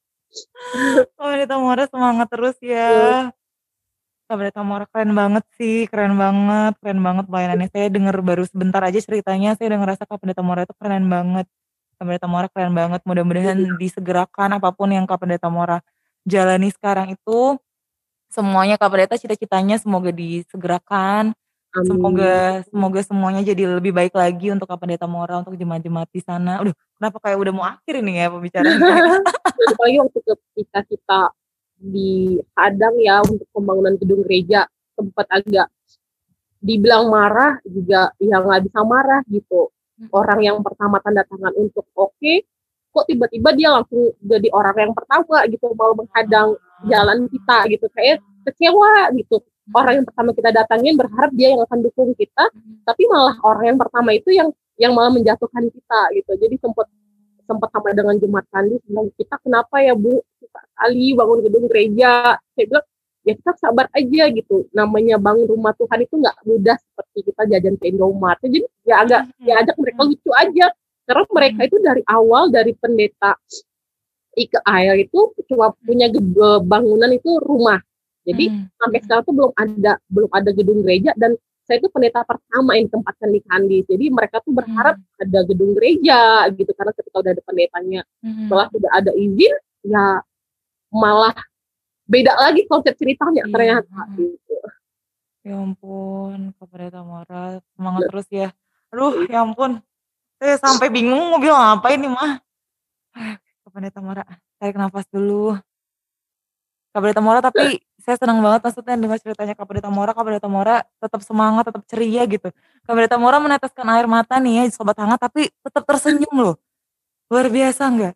Speaker 3: Kak Pendeta Mora semangat terus ya. Kak Pendeta Mora keren banget sih, keren banget pelayanannya. Saya denger baru sebentar aja ceritanya, saya udah ngerasa Kak Pendeta Mora itu keren banget. Kak Pendeta Mora keren banget, mudah-mudahan disegerakan apapun yang Kak Pendeta Mora jalani sekarang itu, semuanya Kak Pendeta cita-citanya semoga disegerakan,
Speaker 4: Amin.
Speaker 3: semoga semuanya jadi lebih baik lagi untuk Kak Pendeta Mora, untuk jemaat-jemaat di sana. Aduh, kenapa kayak udah mau akhir ini ya pembicaraan saya.
Speaker 4: Apalagi waktu ketika kita dihadang ya untuk pembangunan gedung gereja, sempat agak dibilang marah juga, ya nggak bisa marah gitu. Orang yang pertama tanda tangan untuk oke, kok tiba-tiba dia langsung jadi orang yang pertama gitu, mau menghadang jalan kita gitu, kayak kecewa gitu. Orang yang pertama kita datangin berharap dia yang akan dukung kita, tapi malah orang yang pertama itu yang malah menjatuhkan kita gitu. Jadi sempat sama dengan jemaat Kandis bilang, kita kenapa ya Bu susah sekali bangun gedung gereja. Saya bilang ya kita sabar aja gitu, namanya bangun rumah Tuhan itu nggak mudah seperti kita jajan ke Indomaret. Jadi ya ajak mereka lucu aja, karena mereka itu dari awal, dari pendeta Ike Air itu cuma punya bangunan itu rumah. Jadi sampai sekarang tuh belum ada gedung gereja, dan saya itu pendeta pertama yang ditempatkan di Kandis. Jadi mereka tuh berharap ada gedung gereja gitu, karena ketika udah ada pendetanya, setelah tidak ada izin, ya malah beda lagi konsep ceritanya ternyata gitu.
Speaker 3: Ya ampun, Kak Pendeta Mora semangat terus ya. Aduh, ya ampun, saya sampai bingung mau bilang apa ini mah. Kak Pendeta Mora, tarik nafas dulu. Kak Pendeta Mora, tapi saya senang banget maksudnya dengar ceritanya Kak Pendeta Mora tetap semangat, tetap ceria gitu. Kak Pendeta Mora meneteskan air mata nih ya, Sobat Hangat, tapi tetap tersenyum loh. Luar biasa nggak?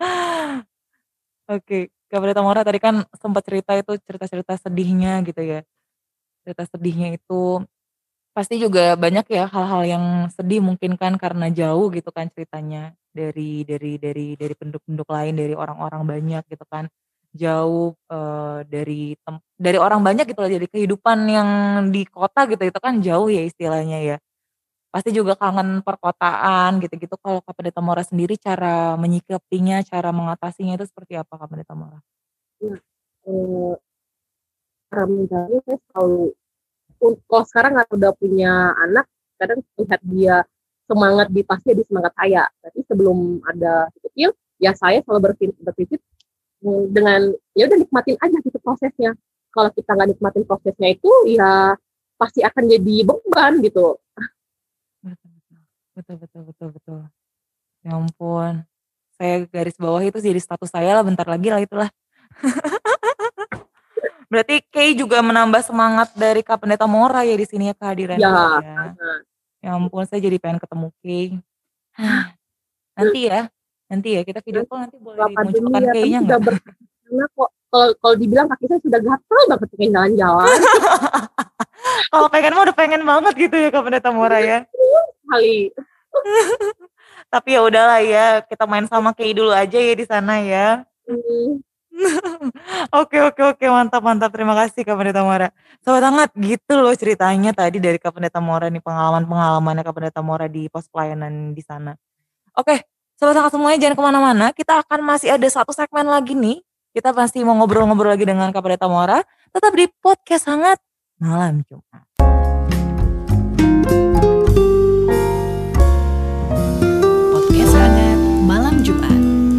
Speaker 3: Oke, Kak Pendeta Mora tadi kan sempat cerita itu cerita-cerita sedihnya gitu ya. Cerita sedihnya itu pasti juga banyak ya hal-hal yang sedih mungkin kan karena jauh gitu kan ceritanya dari penduduk-penduduk lain, dari orang-orang banyak gitu kan. Jauh, dari orang banyak gitu loh, dari kehidupan yang di kota gitu, itu kan jauh ya istilahnya ya. Pasti juga kangen perkotaan gitu-gitu. Kalau Kak Pendeta Mora sendiri cara menyikapinya, cara mengatasinya itu seperti apa Kak Pendeta Mora?
Speaker 4: Nah, cara menjalani saya selalu, kalau sekarang udah punya anak, kadang lihat dia semangat pasti di semangat saya. Tapi sebelum ada kecil, ya saya selalu berpikir dengan ya udah nikmatin aja gitu prosesnya. Kalau kita nggak nikmatin prosesnya itu, ya pasti akan jadi beban gitu.
Speaker 3: Betul. Ya ampun, saya garis bawah itu jadi status saya lah bentar lagi lah itulah. Berarti Kay juga menambah semangat dari Kak Pendeta Mora ya di sini ya kehadirannya
Speaker 4: Ya,
Speaker 3: ya. Ya ampun, saya jadi pengen ketemu Kay. Nanti ya kita video call nanti boleh dimunculkan
Speaker 4: ya,
Speaker 3: Kay-nya nggak?
Speaker 4: Karena kok kalau dibilang kaki saya sudah gatal banget pengen jalan-jalan.
Speaker 3: Kalau pengen mah udah pengen banget gitu ya Kak Pendeta Mora ya.
Speaker 4: Kali.
Speaker 3: Tapi ya udahlah ya, kita main sama Kay dulu aja ya di sana ya. Oke, mantap. Terima kasih Kak Pendeta Mora. Sobat Hangat, gitu loh ceritanya tadi dari Kak Pendeta Mora nih, pengalamannya Kak Pendeta Mora di pos pelayanan di sana. Oke, Sobat Hangat semuanya jangan kemana-mana, kita akan masih ada satu segmen lagi nih. Kita pasti mau ngobrol-ngobrol lagi dengan Kak Pendeta Mora, tetap di Podcast Hangat Malam Jumat.
Speaker 2: Podcast Hangat Malam Jumat.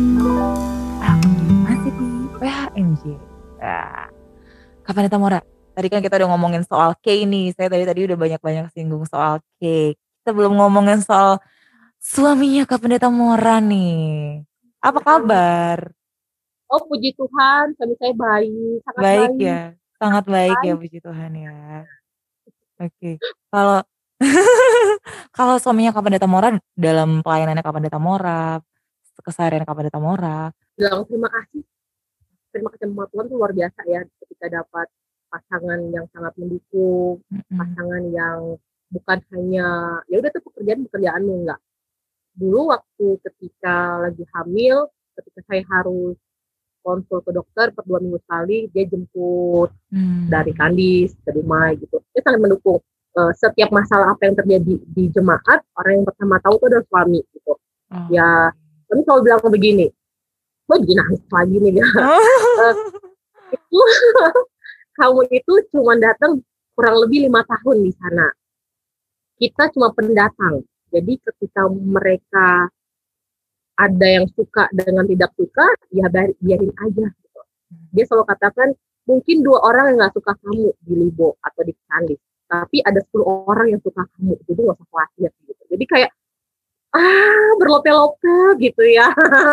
Speaker 3: Masih di PHMJ. Kak Pendeta Mora, tadi kan kita udah ngomongin soal K nih. Saya tadi udah banyak-banyak singgung soal K. Kita belum ngomongin soal suaminya Kak Pendeta Mora nih. Apa kabar?
Speaker 4: Oh, puji Tuhan, suami saya baik, sangat
Speaker 3: Baik
Speaker 4: baik.
Speaker 3: ya, sangat baik ya, puji Tuhan ya. Oke, kalau kalau suaminya Kak Pendeta Mora dalam pelayanannya Kak Pendeta Mora, keseharian Kak Pendeta Mora,
Speaker 4: Bilang terima kasih sama Tuhan tuh luar biasa ya, ketika dapat pasangan yang sangat mendukung, pasangan yang bukan hanya ya udah tuh pekerjaanmu, enggak. Dulu waktu ketika lagi hamil, ketika saya harus konsul ke dokter per 2 minggu sekali, dia jemput dari Kandis ke rumah gitu. Dia sangat mendukung. Setiap masalah apa yang terjadi di jemaat, orang yang pertama tahu itu adalah suami gitu. Ya, kami selalu bilang begini, lo jadi nangis lagi nih ya. Itu kamu itu cuma datang kurang lebih 5 tahun di sana. Kita cuma pendatang. Jadi ketika mereka ada yang suka dengan tidak suka, ya biarin aja gitu. Dia selalu katakan, mungkin 2 orang yang gak suka kamu di Libo atau di Kandis, tapi ada 10 orang yang suka kamu, jadi gak usah khawatir gitu. Jadi kayak, berlope-lope gitu ya.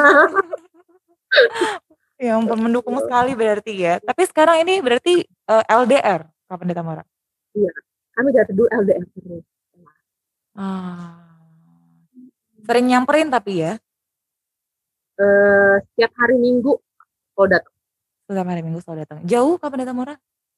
Speaker 3: Ya ampun, mendukung sekali berarti ya. Tapi sekarang ini berarti LDR, Kak Pendeta Mora?
Speaker 4: Iya, kami dari dulu LDR terus.
Speaker 3: Sering nyamperin tapi ya?
Speaker 4: Setiap hari Minggu kalau datang.
Speaker 3: Setiap hari Minggu selalu datang. Jauh Kak Pendeta Mora?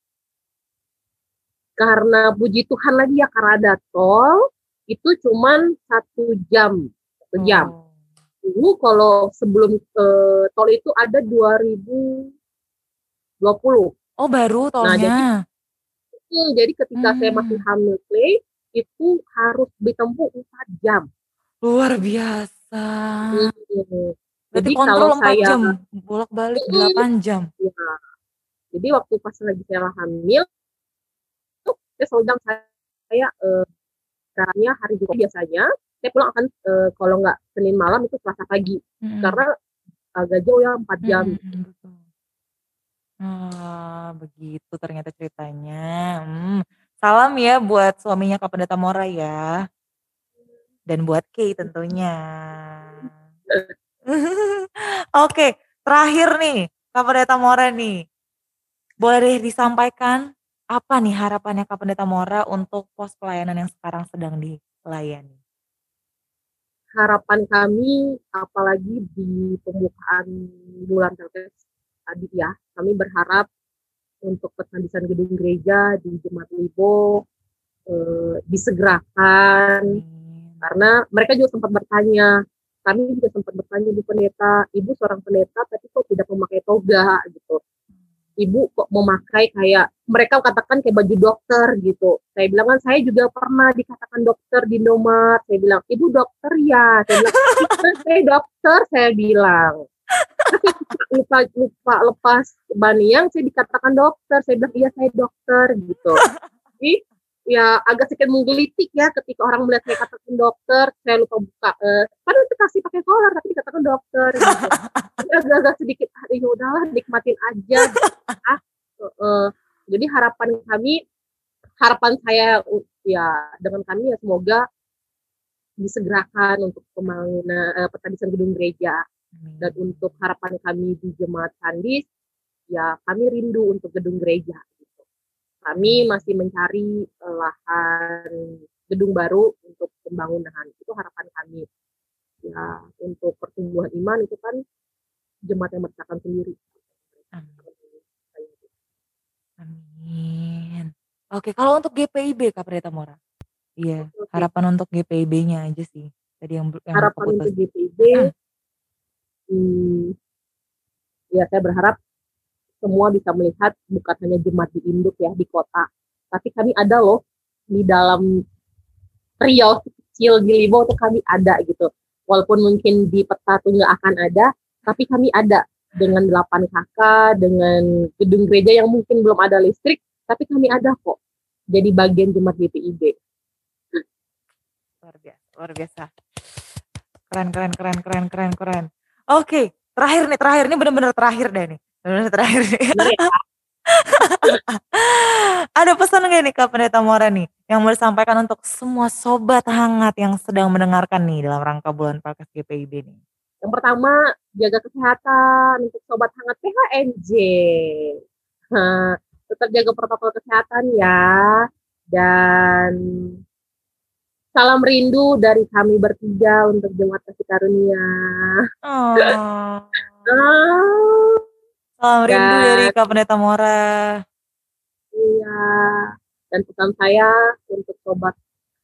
Speaker 4: Karena puji Tuhan lagi ya, karena ada tol, itu cuman 1 jam. 1 jam. Dulu kalau sebelum tol itu ada 2020.
Speaker 3: Oh baru tolnya.
Speaker 4: Nah, jadi ketika saya masih hamil Clay, itu harus ditempuh 4 jam.
Speaker 3: Luar biasa. Berarti
Speaker 4: Jadi
Speaker 3: kontrol
Speaker 4: kalau
Speaker 3: 4
Speaker 4: saya
Speaker 3: jam, bolak-balik 8 jam.
Speaker 4: Ya, jadi waktu pas lagi saya hamil, saya selalu bilang saya caranya hari Jumat biasanya, saya pulang akan kalau nggak Senin malam itu Selasa pagi. Karena agak jauh ya, 4 jam.
Speaker 3: Betul. Begitu ternyata ceritanya. Salam ya buat suaminya Kak Pendeta Mora ya. Dan buat Kay tentunya. Oke, terakhir nih Kak Pendeta Mora nih. Boleh disampaikan apa nih harapannya Kak Pendeta Mora untuk pos pelayanan yang sekarang sedang dilayani?
Speaker 4: Harapan kami, apalagi di pembukaan bulan Pelkes tadi ya, kami berharap untuk penabisan gedung gereja di Jemaat Libo disegerakan. Karena mereka juga sempat bertanya, kami juga sempat bertanya, Bu Pendeta, Ibu seorang pendeta tapi kok tidak memakai toga gitu. Ibu kok memakai kayak, mereka katakan kayak baju dokter gitu. Saya bilang kan, saya juga pernah dikatakan dokter di Indomaret. Saya bilang, Ibu dokter ya? Saya bilang, saya dokter, saya bilang. Tapi lupa lepas baniang, saya dikatakan dokter. Saya bilang, iya saya dokter gitu. Jadi, ya agak sedikit menggelitik ya ketika orang melihat saya katakan dokter, saya lupa buka, kan itu kasih pakai kolor tapi dikatakan dokter gitu. Agak sedikit, ya udahlah nikmatin aja. Jadi harapan saya ya dengan kami ya semoga disegerakan untuk pembangunan penabisan gedung gereja. Dan untuk harapan kami di Jemaat Kandis, ya kami rindu untuk gedung gereja. Kami masih mencari lahan gedung baru untuk pembangunan. Itu harapan kami. Ya, untuk pertumbuhan iman itu kan jemaat yang bertahan sendiri.
Speaker 3: Amin. Oke, kalau untuk GPIB Kak Pendeta Mora? Iya, harapan untuk GPIB-nya aja sih. Tadi yang
Speaker 4: harapan
Speaker 3: keputus.
Speaker 4: untuk GPIB, ya saya berharap semua bisa melihat bukan hanya jemaat di induk ya, di kota. Tapi kami ada loh di dalam Riau kecil di Libo itu kami ada gitu. Walaupun mungkin di peta tuh nggak akan ada, tapi kami ada dengan 8 kakak, dengan gedung gereja yang mungkin belum ada listrik, tapi kami ada kok. Jadi bagian jemaat GPIB.
Speaker 3: Luar biasa. Keren. Oke, terakhir nih benar-benar terakhir deh nih. Benar-benar terakhir nih. Ada pesan nggak nih Kak Pendeta Mora nih yang mau disampaikan untuk semua sobat hangat yang sedang mendengarkan nih dalam rangka bulan Pelkes GPIB nih?
Speaker 4: Yang pertama, jaga kesehatan untuk sobat hangat PHMJ. Tetap jaga protokol kesehatan ya. Dan salam rindu dari kami bertiga untuk Jemaat Kasih Karunia.
Speaker 3: Salam rindu dari Kak Pendeta Mora.
Speaker 4: Iya. Dan pesan saya untuk sobat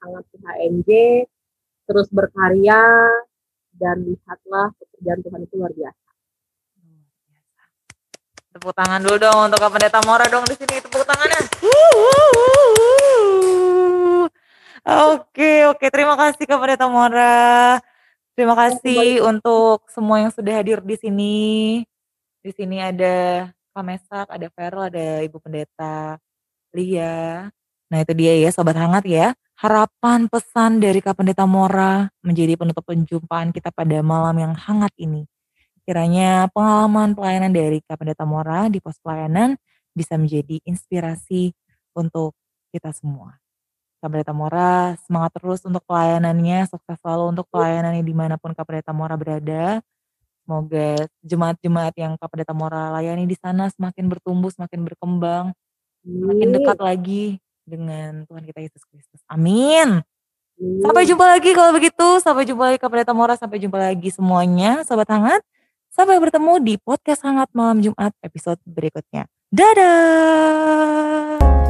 Speaker 4: PHMJ, terus berkarya, dan lihatlah pekerjaan Tuhan itu luar biasa.
Speaker 3: Tepuk tangan dulu dong untuk Kak Pendeta Mora dong di sini, tepuk tangannya. Oke, terima kasih Kak Pendeta Mora. Terima kasih untuk semua yang sudah hadir di sini. Di sini ada Kak Mesak, ada Ferel, ada Ibu Pendeta Lia. Nah itu dia ya Sobat Hangat ya. Harapan pesan dari Kak Pendeta Mora menjadi penutup penjumpaan kita pada malam yang hangat ini. Kiranya pengalaman pelayanan dari Kak Pendeta Mora di pos pelayanan bisa menjadi inspirasi untuk kita semua. Kak Pendeta Mora semangat terus untuk pelayanannya, sukses selalu untuk pelayanannya dimanapun Kak Pendeta Mora berada. Semoga jemaat-jemaat yang Kak Pendeta Mora layani di sana semakin bertumbuh, semakin berkembang, semakin dekat lagi dengan Tuhan kita Yesus Kristus. Amin. Sampai jumpa lagi kalau begitu. Sampai jumpa lagi Kak Pendeta Mora. Sampai jumpa lagi semuanya Sobat Hangat. Sampai bertemu di podcast Hangat Malam Jumat episode berikutnya. Dadah.